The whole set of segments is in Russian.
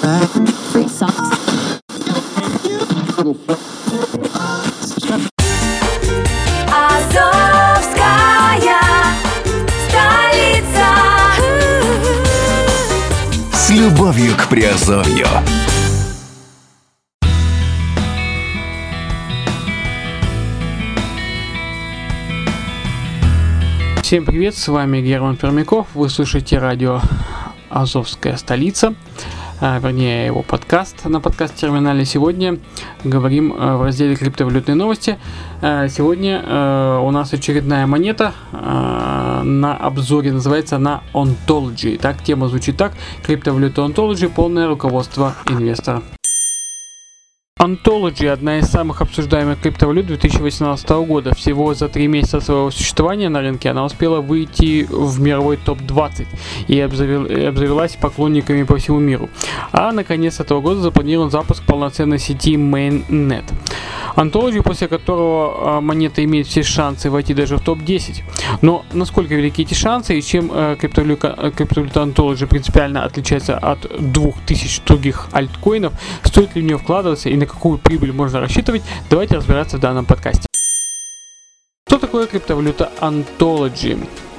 Столица. С любовью к Приазовью. Всем привет, с вами Герман Пермяков, вы слушаете радио «Азовская столица», вернее его подкаст на подкаст-терминале. Сегодня говорим в разделе «Криптовалютные новости». Сегодня у нас очередная монета на обзоре, называется она Ontology. Так, тема звучит так: криптовалюта Ontology, полное руководство инвестора. Ontology – одна из самых обсуждаемых криптовалют 2018 года. Всего за 3 месяца своего существования на рынке она успела выйти в мировой топ-20 и обзавелась поклонниками по всему миру. А на конец этого года запланирован запуск полноценной сети Mainnet. Ontology, после которого монета имеет все шансы войти даже в топ-10. Но насколько велики эти шансы и чем криптовалюта Ontology принципиально отличается от 2000 других альткоинов, стоит ли в нее вкладываться и на какую прибыль можно рассчитывать, давайте разбираться в данном подкасте. Что такое криптовалюта Ontology?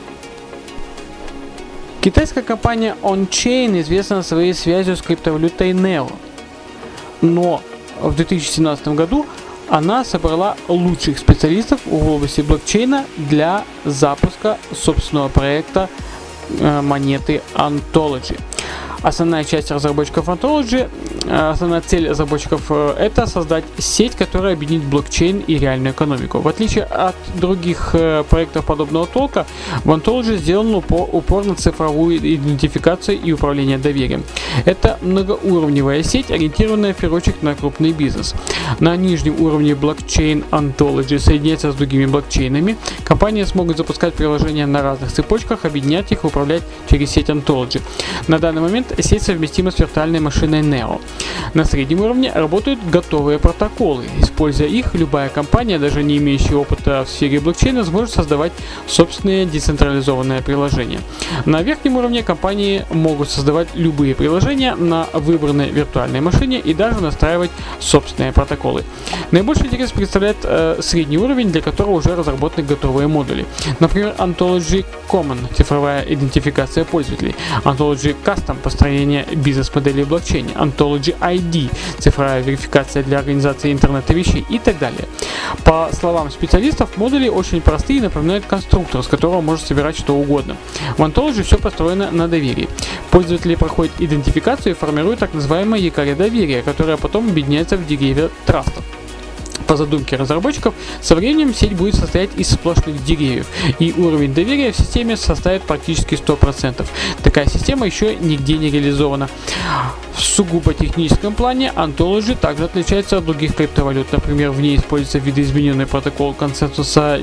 Китайская компания OnChain известна своей связью с криптовалютой Neo. Но в 2017 году она собрала лучших специалистов в области блокчейна для запуска собственного проекта монеты Ontology. Основная часть разработчиков Ontology, основная цель разработчиков — это создать сеть, которая объединит блокчейн и реальную экономику. В отличие от других проектов подобного толка, в Ontology сделан упор на цифровую идентификацию и управление доверием. Это многоуровневая сеть, ориентированная в первую очередь на крупный бизнес. На нижнем уровне блокчейн Ontology соединяется с другими блокчейнами. Компании смогут запускать приложения на разных цепочках, объединять их и управлять через сеть Ontology. На данный момент сеть совместима с виртуальной машиной Neo. На среднем уровне работают готовые протоколы. Используя их, любая компания, даже не имеющая опыта в сфере блокчейна, сможет создавать собственные децентрализованные приложения. На верхнем уровне компании могут создавать любые приложения на выбранной виртуальной машине и даже настраивать собственные протоколы. Наибольший интерес представляет средний уровень, для которого уже разработаны готовые модули. Например, Ontology Common – цифровая идентификация пользователей, Ontology Custom – построение бизнес-модели в блокчейне, Ontology ID – цифровая верификация для организации интернета вещей и так далее. По словам специалистов, модули очень простые и напоминают конструктор, с которого можно собирать что угодно. В Ontology все построено на доверии. Пользователи проходят идентификацию и формируют так называемые якоря доверия, которые потом объединяются в деревья трастов. По задумке разработчиков, со временем сеть будет состоять из сплошных деревьев, и уровень доверия в системе составит практически 100%. Такая система еще нигде не реализована. В сугубо техническом плане Ontology также отличается от других криптовалют. Например, в ней используется видоизмененный протокол консенсуса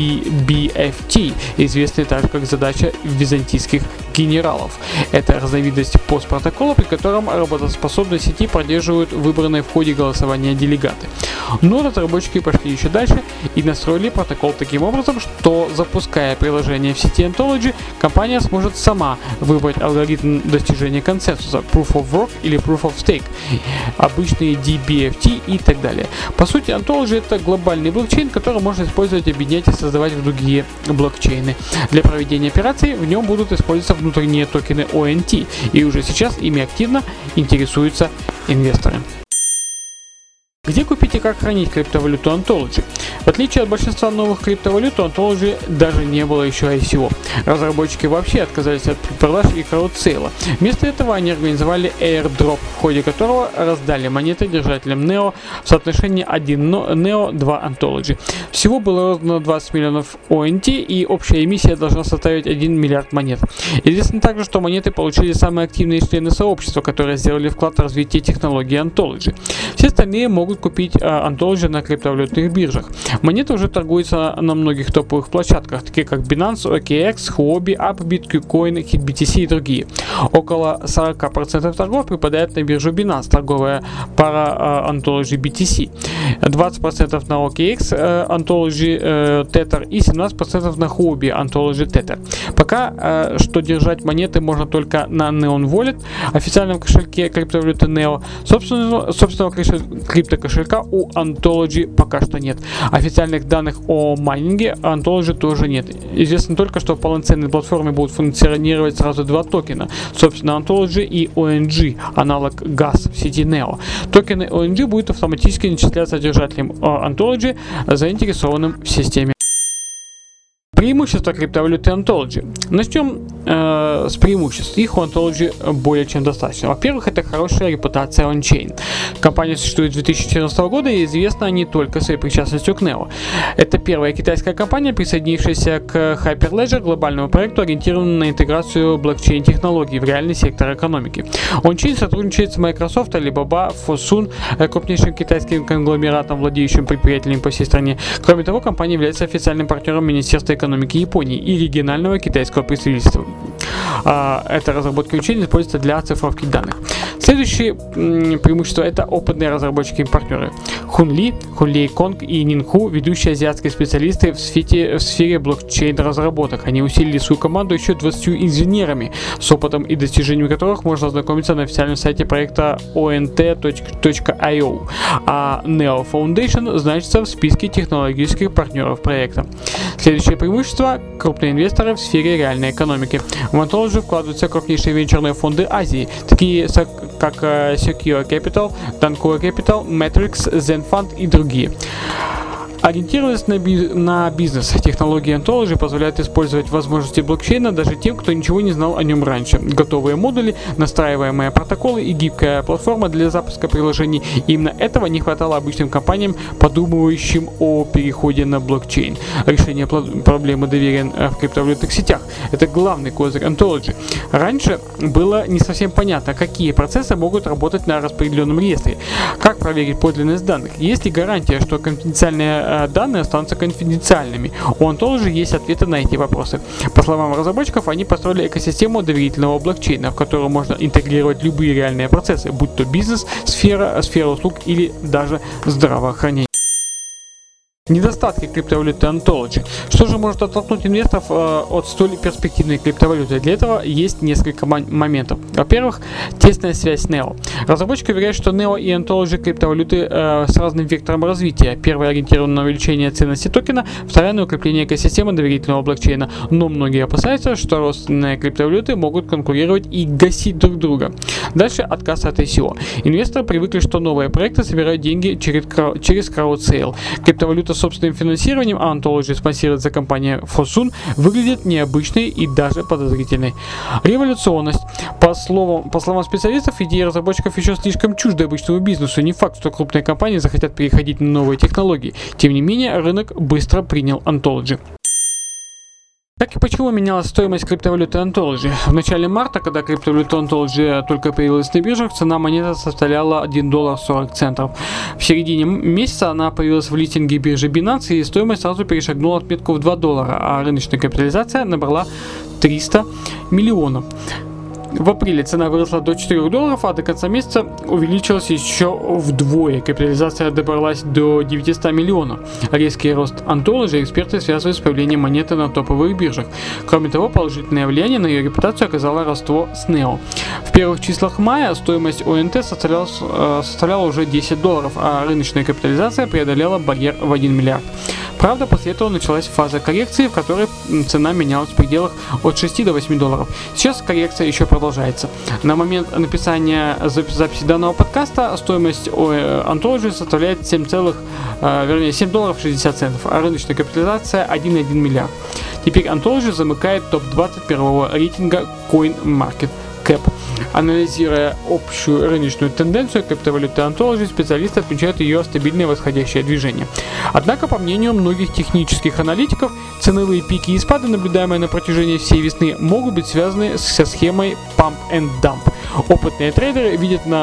DBFT, известный также как задача византийских генералов. Это разновидность постпротокола, при котором работоспособность сети поддерживают выбранные в ходе голосования делегаты. Но разработчики пошли еще дальше и настроили протокол таким образом, что, запуская приложение в сети Ontology, компания сможет сама выбрать алгоритм достижения консенсуса Proof of Work или Proof of Stake, обычные DBFT и так далее. По сути, Ontology — это глобальный блокчейн, который можно использовать, объединять и создавать в другие блокчейны. Для проведения операций в нем будут использоваться внутренние токены ONT, и уже сейчас ими активно интересуются инвесторы. Где купить и как хранить криптовалюту Ontology? В отличие от большинства новых криптовалют, у Ontology даже не было еще ICO. Разработчики вообще отказались от продаж и краудсейла. Вместо этого они организовали airdrop, в ходе которого раздали монеты держателям Neo в соотношении 1 Neo, 2 Ontology. Всего было роздано 20 миллионов ONT, и общая эмиссия должна составить 1 миллиард монет. Известно также, что монеты получили самые активные члены сообщества, которые сделали вклад в развитие технологии Ontology. Все остальные могут могут купить Ontology на криптовалютных биржах. Монета уже торгуется на многих топовых площадках, таких как Binance, OKX, Huobi, Upbit, KuCoin, HitBTC и другие. Около 40% торгов припадает на биржу Binance, торговая пара Ontology BTC, 20% на OKX Ontology Tether и 17% на Huobi Ontology Tether. Пока что держать монеты можно только на Neon Wallet, официальном кошельке криптовалюты Neo. Собственного криптокошелька у Ontology пока что нет. Официальных данных о майнинге Ontology тоже нет. Известно только, что в полноценной платформе будут функционировать сразу два токена, собственно Ontology и ONG, аналог GAS в сети Neo. Токены ONG будут автоматически начисляться держателем Ontology, заинтересованным в системе. Преимущества криптовалюты Ontology. Начнем с преимуществ. Их у Ontology более чем достаточно. Во-первых, это хорошая репутация on-chain. Компания существует с 2014 года и известна не только своей причастностью к Neo. Это первая китайская компания, присоединившаяся к Hyperledger, глобальному проекту, ориентированному на интеграцию блокчейн-технологий в реальный сектор экономики. On-chain сотрудничает с Microsoft, Alibaba, Fosun, крупнейшим китайским конгломератом, владеющим предприятиями по всей стране. Кроме того, компания является официальным партнером Министерства экономики Японии и регионального китайского представительства. Эта разработка on-chain используется для оцифровки данных. Следующее преимущество — это опытные разработчики и партнеры. Хунли, Конг и Нинху — ведущие азиатские специалисты в сфере блокчейн-разработок. Они усилили свою команду еще 20 инженерами, с опытом и достижениями которых можно ознакомиться на официальном сайте проекта ont.io. А Neo Foundation значится в списке технологических партнеров проекта. Следующее преимущество — крупные инвесторы в сфере реальной экономики. В Ontology вкладываются крупнейшие венчурные фонды Азии, такие как Secure Capital, Danco Capital, Matrix, Zen Fund и другие. Ориентируясь на бизнес, технологии Ontology позволяют использовать возможности блокчейна даже тем, кто ничего не знал о нем раньше. Готовые модули, настраиваемые протоколы и гибкая платформа для запуска приложений. Именно этого не хватало обычным компаниям, подумывающим о переходе на блокчейн. Решение проблемы доверия в криптовалютных сетях – это главный козырь Ontology. Раньше было не совсем понятно, какие процессы могут работать на распределенном реестре, как проверить подлинность данных, есть ли гарантия, что конфиденциальные данные останутся конфиденциальными. У Ontology есть ответы на эти вопросы. По словам разработчиков, они построили экосистему доверительного блокчейна, в которую можно интегрировать любые реальные процессы, будь то бизнес, сфера услуг или даже здравоохранение. Недостатки криптовалюты Ontology. Что же может оттолкнуть инвесторов от столь перспективной криптовалюты? Для этого есть несколько моментов. Во-первых, тесная связь с Neo. Разработчики уверяют, что Neo и Ontology криптовалюты с разным вектором развития. Первая ориентирована на увеличение ценности токена, вторая на укрепление экосистемы доверительного блокчейна. Но многие опасаются, что родственные криптовалюты могут конкурировать и гасить друг друга. Дальше отказ от ICO. Инвесторы привыкли, что новые проекты собирают деньги через краудсейл. Криптовалюта с собственным финансированием, а Ontology спонсируется компания Fosun, выглядит необычной и даже подозрительной. Революционность. По словам специалистов, идеи разработчиков еще слишком чужды обычному бизнесу. Не факт, что крупные компании захотят переходить на новые технологии. Тем не менее, рынок быстро принял Ontology. Как и почему менялась стоимость криптовалюты Ontology? В начале марта, когда криптовалюта Ontology только появилась на биржах, цена монеты составляла $1.40. В середине месяца она появилась в листинге биржи Binance, и стоимость сразу перешагнула отметку в $2, а рыночная капитализация набрала 300 миллионов. В апреле цена выросла до $4, а до конца месяца увеличилась еще вдвое. Капитализация добралась до 900 миллионов. Резкий рост Ontology эксперты связывают с появлением монеты на топовых биржах. Кроме того, положительное влияние на ее репутацию оказало родство с Neo. В первых числах мая стоимость ONT составляла уже $10, а рыночная капитализация преодолела барьер в $1 миллиард. Правда, после этого началась фаза коррекции, в которой цена менялась в пределах от $6 до $8. Сейчас коррекция еще продолжается. На момент написания записи данного подкаста стоимость Ontology составляет $7.60, а рыночная капитализация 1,1 миллиард. Теперь Ontology замыкает топ-20 мирового рейтинга CoinMarketCap. Анализируя общую рыночную тенденцию криптовалюты Ontology, специалисты отмечают ее стабильное восходящее движение. Однако, по мнению многих технических аналитиков, ценовые пики и спады, наблюдаемые на протяжении всей весны, могут быть связаны со схемой Pump and Dump. Опытные трейдеры видят на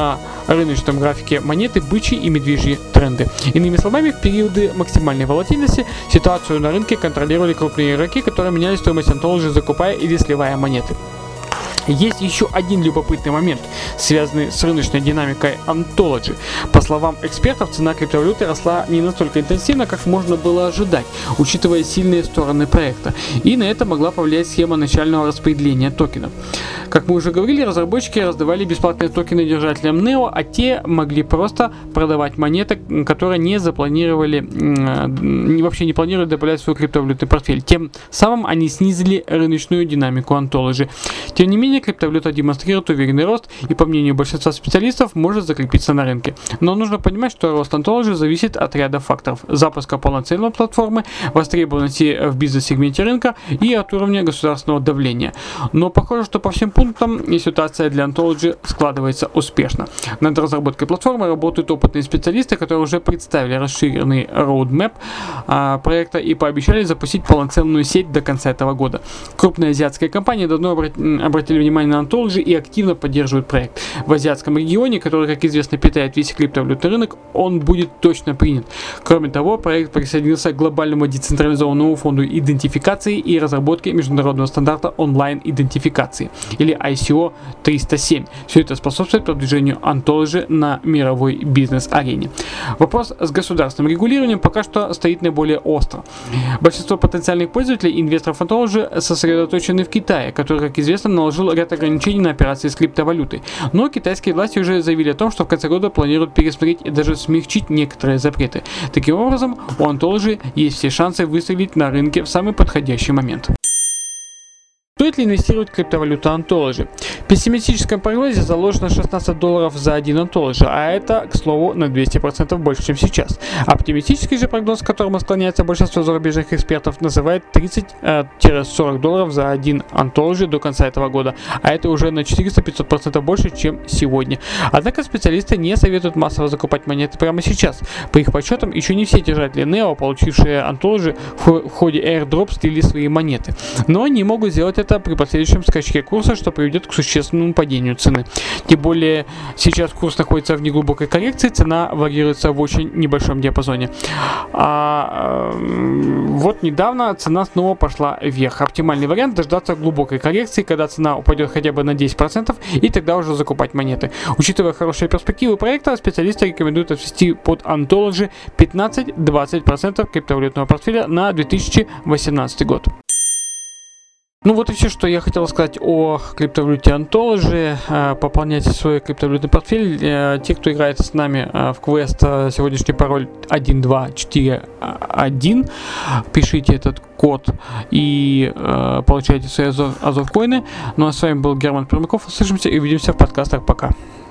рыночном графике монеты бычьи и медвежьи тренды. Иными словами, в периоды максимальной волатильности ситуацию на рынке контролировали крупные игроки, которые меняли стоимость Ontology, закупая или сливая монеты. Есть еще один любопытный момент, связанный с рыночной динамикой Ontology. По словам экспертов, цена криптовалюты росла не настолько интенсивно, как можно было ожидать, учитывая сильные стороны проекта. И на это могла повлиять схема начального распределения токенов. Как мы уже говорили, разработчики раздавали бесплатные токены держателям NEO, а те могли просто продавать монеты, которые не запланировали, вообще не планировали добавлять в свой криптовалютный портфель. Тем самым они снизили рыночную динамику Ontology. Тем не менее, криптовалюта демонстрирует уверенный рост и, по мнению большинства специалистов, может закрепиться на рынке. Но нужно понимать, что рост Ontology зависит от ряда факторов: запуска полноценной платформы, востребованности в бизнес-сегменте рынка и от уровня государственного давления. Но похоже, что по всем пунктам ситуация для Ontology складывается успешно. Над разработкой платформы работают опытные специалисты, которые уже представили расширенный roadmap проекта и пообещали запустить полноценную сеть до конца этого года. Крупные азиатские компании давно обратили внимание на Ontology и активно поддерживают проект. В азиатском регионе, который, как известно, питает весь криптовалютный рынок, он будет точно принят. Кроме того, проект присоединился к глобальному децентрализованному фонду идентификации и разработки международного стандарта онлайн-идентификации, или ICO 307. Все это способствует продвижению Ontology на мировой бизнес-арене. Вопрос с государственным регулированием пока что стоит наиболее остро. Большинство потенциальных пользователей и инвесторов Ontology сосредоточены в Китае, который, как известно, наложил ряд ограничений на операции с криптовалютой. Но китайские власти уже заявили о том, что в конце года планируют пересмотреть и даже смягчить некоторые запреты. Таким образом, у Ontology есть все шансы выстрелить на рынке в самый подходящий момент. Стоит ли инвестировать в криптовалюту Ontology? В пессимистическом прогнозе заложено $16 за один Ontology, а это, к слову, на 200% больше, чем сейчас. Оптимистический же прогноз, к которому склоняется большинство зарубежных экспертов, называет $30-40 за один Ontology до конца этого года, а это уже на 400-500% больше, чем сегодня. Однако специалисты не советуют массово закупать монеты прямо сейчас. По их подсчетам, еще не все держатели NEO, получившие Ontology, в ходе airdrop слили свои монеты. Но они могут сделать это при последующем скачке курса, что приведет к существенному падению цены. Тем более сейчас курс находится в неглубокой коррекции, цена варьируется в очень небольшом диапазоне. Вот недавно цена снова пошла вверх. Оптимальный вариант — дождаться глубокой коррекции, когда цена упадет хотя бы на 10%, и тогда уже закупать монеты. Учитывая хорошие перспективы проекта, специалисты рекомендуют отвести под Ontology 15-20% криптовалютного портфеля на 2018 год. Ну вот и все, что я хотел сказать о криптовалюте Ontology. Пополняйте свой криптовалютный портфель. Те, кто играет с нами в квест, сегодняшний пароль 1241. Пишите этот код и получайте свои Азов коины. Ну а с вами был Герман Пермяков. Услышимся и увидимся в подкастах. Пока.